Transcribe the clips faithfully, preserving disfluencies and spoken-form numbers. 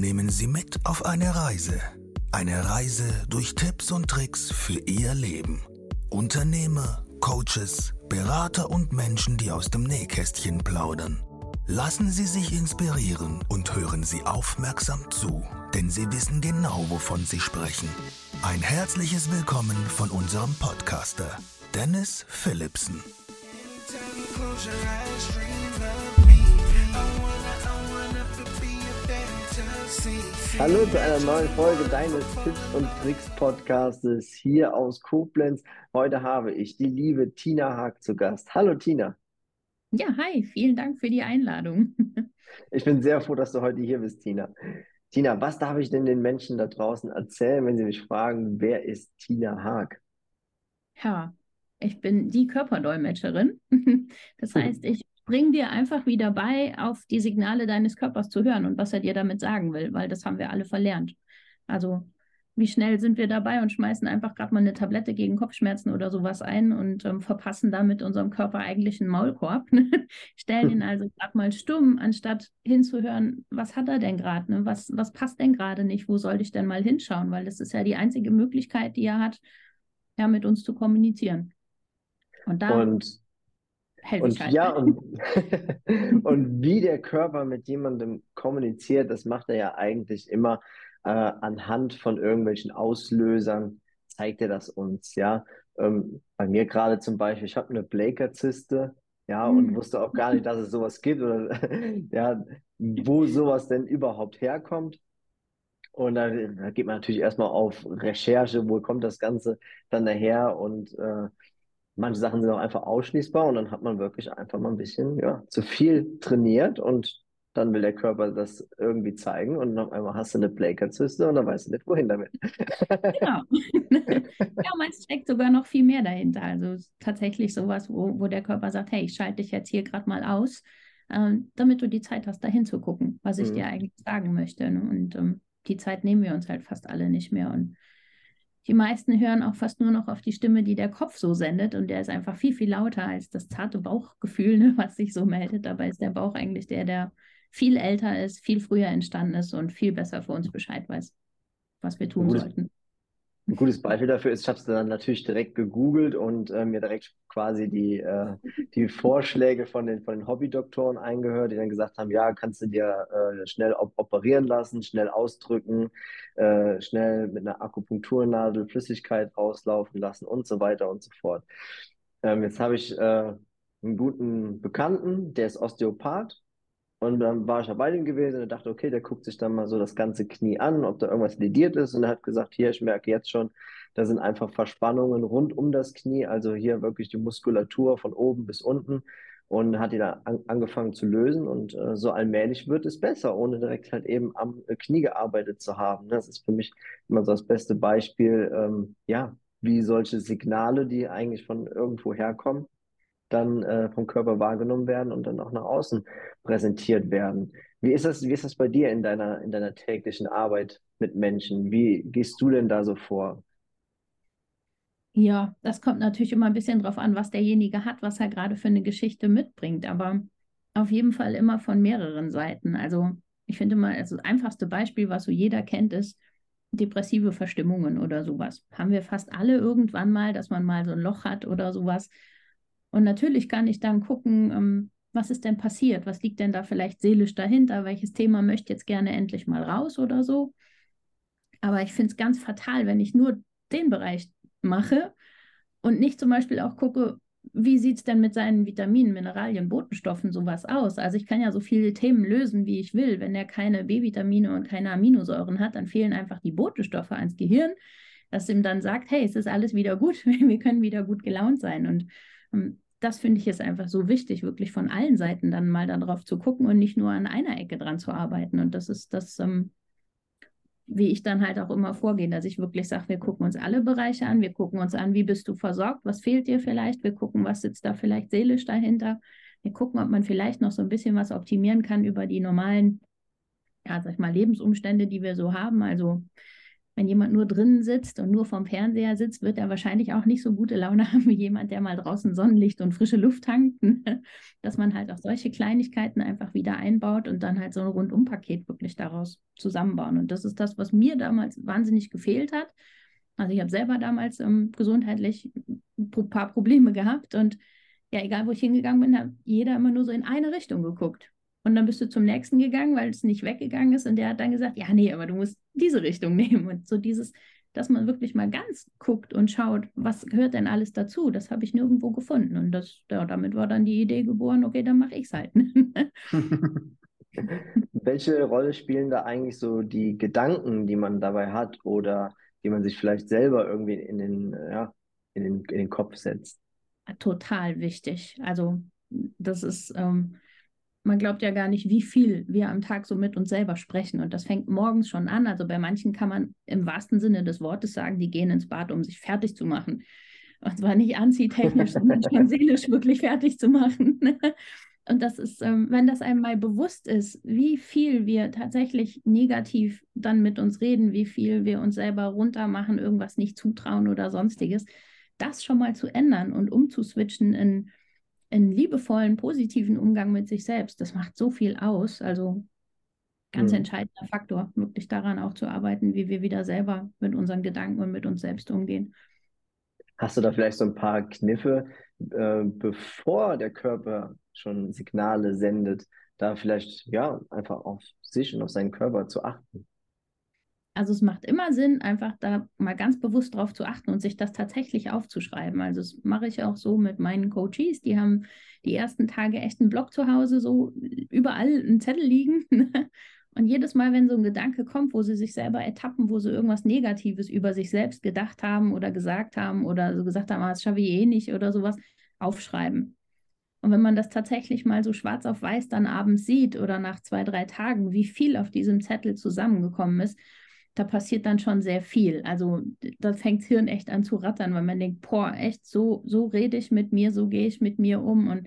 nehmen Sie mit auf eine Reise. Eine Reise durch Tipps und Tricks für Ihr Leben. Unternehmer, Coaches, Berater und Menschen, die aus dem Nähkästchen plaudern. Lassen Sie sich inspirieren und hören Sie aufmerksam zu, denn Sie wissen genau, wovon Sie sprechen. Ein herzliches Willkommen von unserem Podcaster, Dennis Philipsen. Hallo zu einer neuen Folge deines Tipps und Tricks Podcastes hier aus Koblenz. Heute habe ich die liebe Tina Haag zu Gast. Hallo Tina. Ja, hi, vielen Dank für die Einladung. Ich bin sehr froh, dass du heute hier bist, Tina. Tina, was darf ich denn den Menschen da draußen erzählen, wenn sie mich fragen, wer ist Tina Haag? Ja, ich bin die Körperdolmetscherin. Das heißt, ich bringe dir einfach wieder bei, auf die Signale deines Körpers zu hören und was er dir damit sagen will, weil das haben wir alle verlernt. Also wie schnell sind wir dabei und schmeißen einfach gerade mal eine Tablette gegen Kopfschmerzen oder sowas ein und ähm, verpassen damit unserem Körper eigentlich einen Maulkorb. Stellen ihn also gerade mal stumm, anstatt hinzuhören, was hat er denn gerade, ne? Was, was passt denn gerade nicht, wo soll ich denn mal hinschauen, weil das ist ja die einzige Möglichkeit, die er hat, ja, mit uns zu kommunizieren. Und da Und, helfe ich und halt. ja, und, und wie der Körper mit jemandem kommuniziert, das macht er ja eigentlich immer äh, anhand von irgendwelchen Auslösern, zeigt er das uns, ja. Ähm, bei mir gerade zum Beispiel, ich habe eine Blaker-Zyste, ja, und Hm. wusste auch gar nicht, dass es sowas gibt oder ja, wo sowas denn überhaupt herkommt. Und da, da geht man natürlich erstmal auf Recherche, wo kommt das Ganze dann daher und äh, manche Sachen sind auch einfach ausschließbar und dann hat man wirklich einfach mal ein bisschen, ja, zu viel trainiert und dann will der Körper das irgendwie zeigen und auf einmal hast du eine Blaker-Zyste und dann weißt du nicht, wohin damit. Genau. Ja, meist steckt sogar noch viel mehr dahinter. Also tatsächlich sowas, wo, wo der Körper sagt, hey, ich schalte dich jetzt hier gerade mal aus, ähm, damit du die Zeit hast, da hinzugucken, was ich dir Mhm. eigentlich sagen möchte. Ne? Und ähm, die Zeit nehmen wir uns halt fast alle nicht mehr. Und die meisten hören auch fast nur noch auf die Stimme, die der Kopf so sendet. Und der ist einfach viel, viel lauter als das zarte Bauchgefühl, ne, was sich so meldet. Dabei ist der Bauch eigentlich der, der viel älter ist, viel früher entstanden ist und viel besser für uns Bescheid weiß, was wir Ein tun gutes, sollten. ein gutes Beispiel dafür ist, ich habe es dann natürlich direkt gegoogelt und äh, mir direkt quasi die, äh, die Vorschläge von den, von den Hobbydoktoren eingehört, die dann gesagt haben, ja, kannst du dir äh, schnell op operieren lassen, schnell ausdrücken, äh, schnell mit einer Akupunkturnadel Flüssigkeit rauslaufen lassen und so weiter und so fort. Ähm, jetzt habe ich äh, einen guten Bekannten, der ist Osteopath. Und dann war ich ja bei dem gewesen und dachte, okay, der guckt sich dann mal so das ganze Knie an, ob da irgendwas lediert ist. Und er hat gesagt, hier, ich merke jetzt schon, da sind einfach Verspannungen rund um das Knie, also hier wirklich die Muskulatur von oben bis unten. Und hat die da an, angefangen zu lösen. Und äh, so allmählich wird es besser, ohne direkt halt eben am äh, Knie gearbeitet zu haben. Das ist für mich immer so das beste Beispiel, ähm, ja, wie solche Signale, die eigentlich von irgendwo herkommen, dann äh, vom Körper wahrgenommen werden und dann auch nach außen präsentiert werden. Wie ist das, wie ist das bei dir in deiner, in deiner täglichen Arbeit mit Menschen? Wie gehst du denn da so vor? Ja, das kommt natürlich immer ein bisschen drauf an, was derjenige hat, was er gerade für eine Geschichte mitbringt, aber auf jeden Fall immer von mehreren Seiten. Also ich finde mal, also das einfachste Beispiel, was so jeder kennt, ist depressive Verstimmungen oder sowas. Haben wir fast alle irgendwann mal, dass man mal so ein Loch hat oder sowas. Und natürlich kann ich dann gucken, ähm, was ist denn passiert? Was liegt denn da vielleicht seelisch dahinter? Welches Thema möchte jetzt gerne endlich mal raus oder so? Aber ich finde es ganz fatal, wenn ich nur den Bereich mache und nicht zum Beispiel auch gucke, wie sieht es denn mit seinen Vitaminen, Mineralien, Botenstoffen sowas aus? Also ich kann ja so viele Themen lösen, wie ich will. Wenn er keine B-Vitamine und keine Aminosäuren hat, dann fehlen einfach die Botenstoffe ans Gehirn, das ihm dann sagt, hey, es ist alles wieder gut, wir können wieder gut gelaunt sein. Und ähm, das finde ich ist einfach so wichtig, wirklich von allen Seiten dann mal darauf zu gucken und nicht nur an einer Ecke dran zu arbeiten. Und das ist das, ähm, wie ich dann halt auch immer vorgehe, dass ich wirklich sage, wir gucken uns alle Bereiche an, wir gucken uns an, wie bist du versorgt, was fehlt dir vielleicht, wir gucken, was sitzt da vielleicht seelisch dahinter, wir gucken, ob man vielleicht noch so ein bisschen was optimieren kann über die normalen, ja, sag ich mal, Lebensumstände, die wir so haben, also Wenn jemand nur drinnen sitzt und nur vorm Fernseher sitzt, wird er wahrscheinlich auch nicht so gute Laune haben wie jemand, der mal draußen Sonnenlicht und frische Luft tankt. Dass man halt auch solche Kleinigkeiten einfach wieder einbaut und dann halt so ein Rundumpaket wirklich daraus zusammenbauen. Und das ist das, was mir damals wahnsinnig gefehlt hat. Also ich habe selber damals ähm, gesundheitlich ein paar Probleme gehabt und ja, egal wo ich hingegangen bin, hat jeder immer nur so in eine Richtung geguckt. Und dann bist du zum nächsten gegangen, weil es nicht weggegangen ist. Und der hat dann gesagt, ja, nee, aber du musst diese Richtung nehmen. Und so dieses, dass man wirklich mal ganz guckt und schaut, was gehört denn alles dazu, das habe ich nirgendwo gefunden. Und das, ja, damit war dann die Idee geboren, okay, dann mache ich es halt. Welche Rolle spielen da eigentlich so die Gedanken, die man dabei hat oder die man sich vielleicht selber irgendwie in den, ja, in den, in den Kopf setzt? Total wichtig. Also das ist, ähm, man glaubt ja gar nicht, wie viel wir am Tag so mit uns selber sprechen. Und das fängt morgens schon an. Also bei manchen kann man im wahrsten Sinne des Wortes sagen, die gehen ins Bad, um sich fertig zu machen. Und zwar nicht anziehtechnisch, sondern schon seelisch wirklich fertig zu machen. Und das ist, ähm, wenn das einem mal bewusst ist, wie viel wir tatsächlich negativ dann mit uns reden, wie viel wir uns selber runtermachen, irgendwas nicht zutrauen oder sonstiges, das schon mal zu ändern und umzuswitchen in einen liebevollen, positiven Umgang mit sich selbst, das macht so viel aus. Also ganz Mhm. entscheidender Faktor, wirklich daran auch zu arbeiten, wie wir wieder selber mit unseren Gedanken und mit uns selbst umgehen. Hast du da vielleicht so ein paar Kniffe, äh, bevor der Körper schon Signale sendet, da vielleicht ja einfach auf sich und auf seinen Körper zu achten? Also es macht immer Sinn, einfach da mal ganz bewusst drauf zu achten und sich das tatsächlich aufzuschreiben. Also das mache ich auch so mit meinen Coaches. Die haben die ersten Tage echt einen Block zu Hause, so überall einen Zettel liegen. Und jedes Mal, wenn so ein Gedanke kommt, wo sie sich selber ertappen, wo sie irgendwas Negatives über sich selbst gedacht haben oder gesagt haben oder so gesagt haben, ah, das schaffe ich eh nicht oder sowas, aufschreiben. Und wenn man das tatsächlich mal so schwarz auf weiß dann abends sieht oder nach zwei, drei Tagen, wie viel auf diesem Zettel zusammengekommen ist, da passiert dann schon sehr viel. Also da fängt das Hirn echt an zu rattern, weil man denkt, boah, echt, so, so rede ich mit mir, so gehe ich mit mir um. Und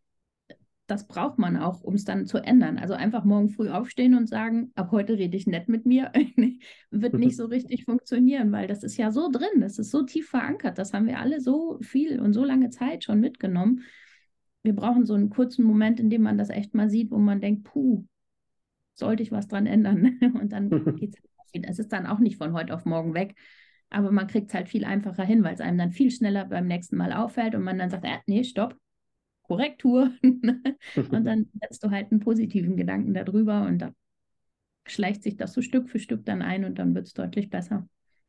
das braucht man auch, um es dann zu ändern. Also einfach morgen früh aufstehen und sagen, ab heute rede ich nett mit mir, wird nicht so richtig funktionieren, weil das ist ja so drin, das ist so tief verankert. Das haben wir alle so viel und so lange Zeit schon mitgenommen. Wir brauchen so einen kurzen Moment, in dem man das echt mal sieht, wo man denkt, puh, sollte ich was dran ändern? Und dann geht es. Es ist dann auch nicht von heute auf morgen weg, aber man kriegt es halt viel einfacher hin, weil es einem dann viel schneller beim nächsten Mal auffällt und man dann sagt, äh, nee, stopp, Korrektur. Und dann setzt du halt einen positiven Gedanken darüber und da schleicht sich das so Stück für Stück dann ein und dann wird es deutlich besser.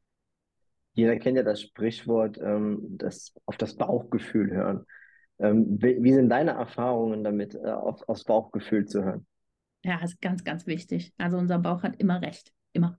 Jeder kennt ja das Sprichwort, ähm, das auf das Bauchgefühl hören. Ähm, wie, wie sind deine Erfahrungen damit, äh, auf, aufs Bauchgefühl zu hören? Ja, ist ganz, ganz wichtig. Also unser Bauch hat immer recht. Immer.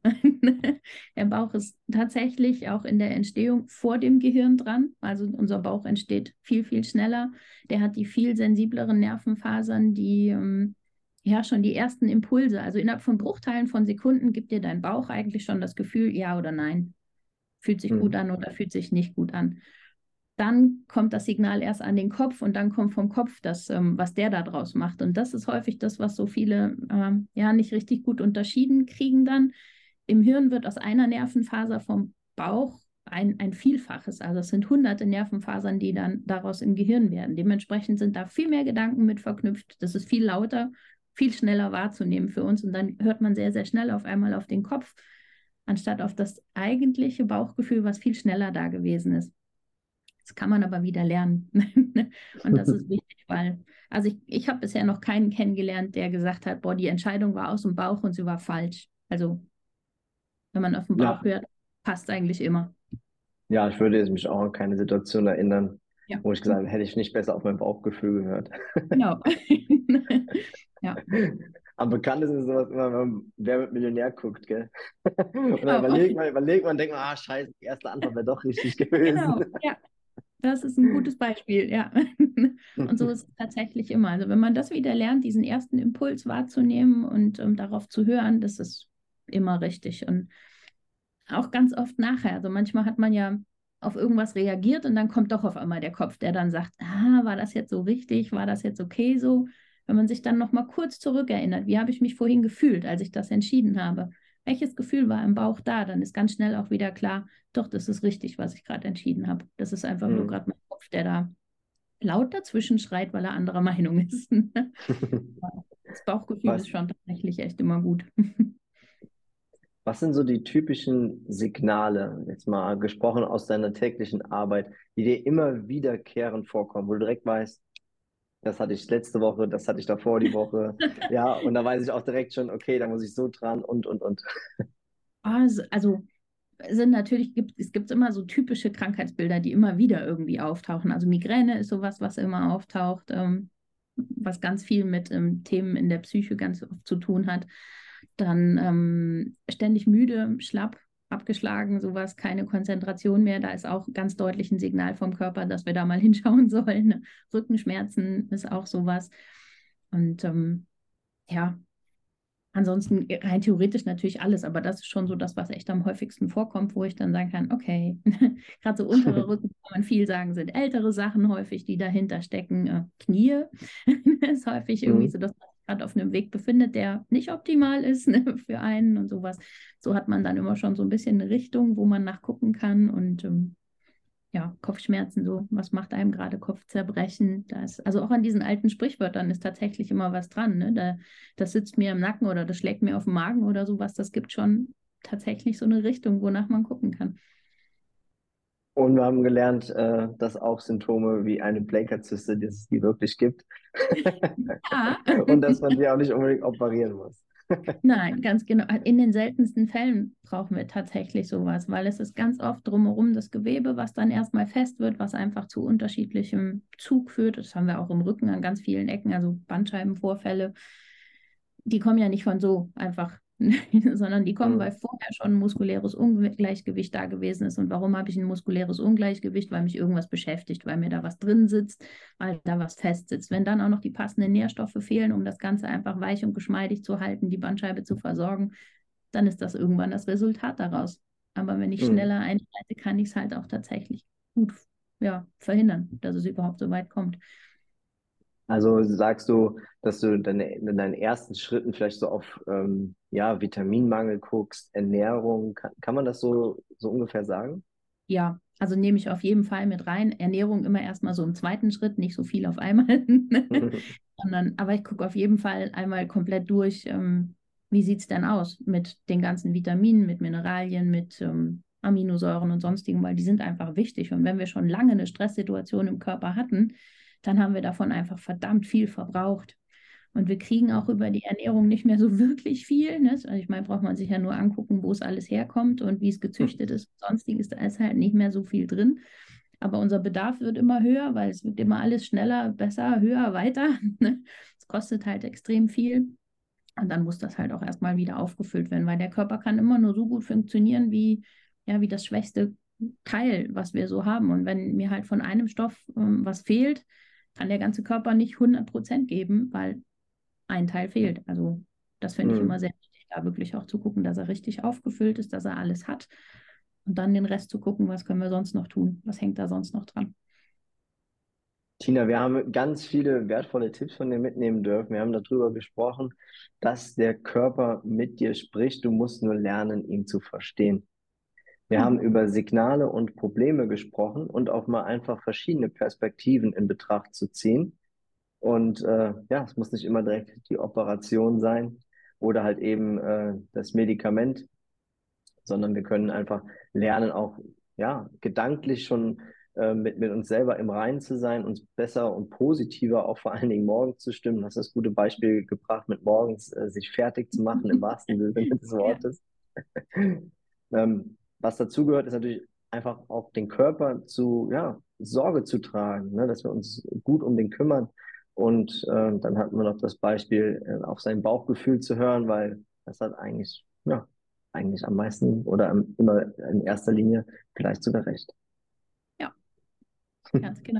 Der Bauch ist tatsächlich auch in der Entstehung vor dem Gehirn dran. Also unser Bauch entsteht viel, viel schneller. Der hat die viel sensibleren Nervenfasern, die ähm, ja schon die ersten Impulse. Also innerhalb von Bruchteilen von Sekunden gibt dir dein Bauch eigentlich schon das Gefühl, ja oder nein. Fühlt sich gut Mhm. an oder fühlt sich nicht gut an. Dann kommt das Signal erst an den Kopf und dann kommt vom Kopf das, ähm, was der da draus macht. Und das ist häufig das, was so viele ähm, ja nicht richtig gut unterschieden kriegen dann. Im Hirn wird aus einer Nervenfaser vom Bauch ein, ein Vielfaches. Also es sind hunderte Nervenfasern, die dann daraus im Gehirn werden. Dementsprechend sind da viel mehr Gedanken mit verknüpft. Das ist viel lauter, viel schneller wahrzunehmen für uns. Und dann hört man sehr, sehr schnell auf einmal auf den Kopf, anstatt auf das eigentliche Bauchgefühl, was viel schneller da gewesen ist. Das kann man aber wieder lernen. Und das ist wichtig, weil, also ich, ich habe bisher noch keinen kennengelernt, der gesagt hat, boah, die Entscheidung war aus dem Bauch und sie war falsch. Also, wenn man auf den Bauch Ja, hört, passt eigentlich immer. ja, ich würde jetzt mich auch an keine Situation erinnern, Ja, wo ich gesagt habe, hätte ich nicht besser auf mein Bauchgefühl gehört. genau. Ja, Am bekanntesten ist sowas immer, wenn man Wer wird Millionär guckt, gell? Und dann genau. überlegt man, überlegt man, denkt man, ah, scheiße, die erste Antwort wäre doch richtig gewesen. Genau, ja. Das ist ein gutes Beispiel, ja. Und so ist es tatsächlich immer. Also wenn man das wieder lernt, diesen ersten Impuls wahrzunehmen und um, darauf zu hören, das ist immer richtig. Und auch ganz oft nachher. Also manchmal hat man ja auf irgendwas reagiert und dann kommt doch auf einmal der Kopf, der dann sagt, ah, war das jetzt so richtig? War das jetzt okay so? Wenn man sich dann noch mal kurz zurückerinnert, wie habe ich mich vorhin gefühlt, als ich das entschieden habe? welches Gefühl war im Bauch da, dann ist ganz schnell auch wieder klar, doch, das ist richtig, was ich gerade entschieden habe. Das ist einfach mhm. nur gerade mein Kopf, der da laut dazwischen schreit, weil er anderer Meinung ist. Das Bauchgefühl was, ist schon tatsächlich echt immer gut. Was sind so die typischen Signale, jetzt mal gesprochen aus deiner täglichen Arbeit, die dir immer wiederkehrend vorkommen, wo du direkt weißt, das hatte ich letzte Woche, das hatte ich davor die Woche. Ja, und da weiß ich auch direkt schon, okay, da muss ich so dran und, und, und. Also, also sind natürlich, gibt, es gibt immer so typische Krankheitsbilder, die immer wieder irgendwie auftauchen. Also Migräne ist sowas, was immer auftaucht, ähm, was ganz viel mit ähm, Themen in der Psyche ganz oft zu tun hat. Dann ähm, ständig müde, schlapp, abgeschlagen, sowas, keine Konzentration mehr. Da ist auch ganz deutlich ein Signal vom Körper, dass wir da mal hinschauen sollen. Rückenschmerzen ist auch sowas. Und ähm, ja, ansonsten rein theoretisch natürlich alles, aber das ist schon so das, was echt am häufigsten vorkommt, wo ich dann sagen kann, okay, gerade so untere Rücken, kann man viel sagen, sind ältere Sachen häufig, die dahinter stecken. Äh, Knie ist häufig irgendwie so, dass man sich gerade auf einem Weg befindet, der nicht optimal ist, ne, für einen und sowas. So hat man dann immer schon so ein bisschen eine Richtung, wo man nachgucken kann und ähm, ja, Kopfschmerzen, so, was macht einem gerade Kopfzerbrechen? Da ist, also auch an diesen alten Sprichwörtern ist tatsächlich immer was dran, ne? Da, das sitzt mir im Nacken oder das schlägt mir auf den Magen oder sowas. Das gibt schon tatsächlich so eine Richtung, wonach man gucken kann. Und wir haben gelernt, äh, dass auch Symptome wie eine Blähkerzyste, dass es die wirklich gibt. Ja. Und dass man die auch nicht unbedingt operieren muss. Nein, ganz genau. In den seltensten Fällen brauchen wir tatsächlich sowas, weil es ist ganz oft drumherum das Gewebe, was dann erstmal fest wird, was einfach zu unterschiedlichem Zug führt. Das haben wir auch im Rücken an ganz vielen Ecken, also Bandscheibenvorfälle. Die kommen ja nicht von so einfach, sondern die kommen, mhm. weil vorher schon ein muskuläres Ungleichgewicht da gewesen ist. Und warum habe ich ein muskuläres Ungleichgewicht? Weil mich irgendwas beschäftigt, weil mir da was drin sitzt, weil da was fest sitzt. Wenn dann auch noch die passenden Nährstoffe fehlen, um das Ganze einfach weich und geschmeidig zu halten, die Bandscheibe zu versorgen, dann ist das irgendwann das Resultat daraus. Aber wenn ich mhm. schneller einschreite, kann ich es halt auch tatsächlich gut ja, verhindern, dass es überhaupt so weit kommt. Also sagst du, dass du deine, in deinen ersten Schritten vielleicht so auf ähm, ja, Vitaminmangel guckst, Ernährung, kann, kann man das so, so ungefähr sagen? Ja, also nehme ich auf jeden Fall mit rein. Ernährung immer erstmal so im zweiten Schritt, nicht so viel auf einmal. Sondern, aber ich gucke auf jeden Fall einmal komplett durch, ähm, wie sieht es denn aus mit den ganzen Vitaminen, mit Mineralien, mit ähm, Aminosäuren und sonstigen, weil die sind einfach wichtig. Und wenn wir schon lange eine Stresssituation im Körper hatten, dann haben wir davon einfach verdammt viel verbraucht. Und wir kriegen auch über die Ernährung nicht mehr so wirklich viel. Ne? Also ich meine, braucht man sich ja nur angucken, wo es alles herkommt und wie es gezüchtet ist. Sonstiges, da ist halt nicht mehr so viel drin. Aber unser Bedarf wird immer höher, weil es wird immer alles schneller, besser, höher, weiter. Es kostet halt extrem viel. Und dann muss das halt auch erstmal wieder aufgefüllt werden, weil der Körper kann immer nur so gut funktionieren, wie, ja, wie das schwächste Teil, was wir so haben. Und wenn mir halt von einem Stoff ähm, was fehlt, kann der ganze Körper nicht hundert Prozent geben, weil ein Teil fehlt. Also das finde ich Mhm. immer sehr wichtig, da wirklich auch zu gucken, dass er richtig aufgefüllt ist, dass er alles hat. Und dann den Rest zu gucken, was können wir sonst noch tun? Was hängt da sonst noch dran? Tina, wir haben ganz viele wertvolle Tipps von dir mitnehmen dürfen. Wir haben darüber gesprochen, dass der Körper mit dir spricht. Du musst nur lernen, ihn zu verstehen. Wir haben über Signale und Probleme gesprochen und auch mal einfach verschiedene Perspektiven in Betracht zu ziehen. Und äh, ja, es muss nicht immer direkt die Operation sein oder halt eben äh, das Medikament, sondern wir können einfach lernen, auch ja, gedanklich schon äh, mit, mit uns selber im Reinen zu sein, uns besser und positiver auch vor allen Dingen morgens zu stimmen. Du hast das gute Beispiel gebracht, mit morgens äh, sich fertig zu machen, im wahrsten Sinne des Wortes. ähm, was dazugehört, ist natürlich einfach auch den Körper zu, ja, Sorge zu tragen, ne? Dass wir uns gut um den kümmern. Und äh, dann hatten wir noch das Beispiel, äh, auf sein Bauchgefühl zu hören, weil das hat eigentlich, ja, eigentlich am meisten oder am, immer in erster Linie vielleicht sogar recht. Ja, ganz genau.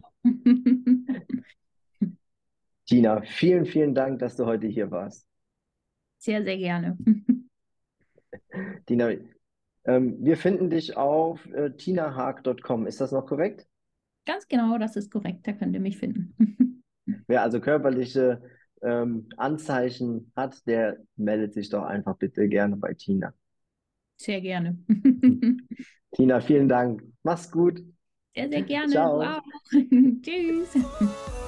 Tina, vielen, vielen Dank, dass du heute hier warst. Sehr, sehr gerne. Tina, ähm, wir finden dich auf äh, tina haag punkt com. Ist das noch korrekt? Ganz genau, das ist korrekt. Da könnt ihr mich finden. Wer also körperliche ähm, Anzeichen hat, der meldet sich doch einfach bitte gerne bei Tina. Sehr gerne. Tina, vielen Dank. Mach's gut. Sehr, sehr gerne. Du Ciao. auch. Tschüss.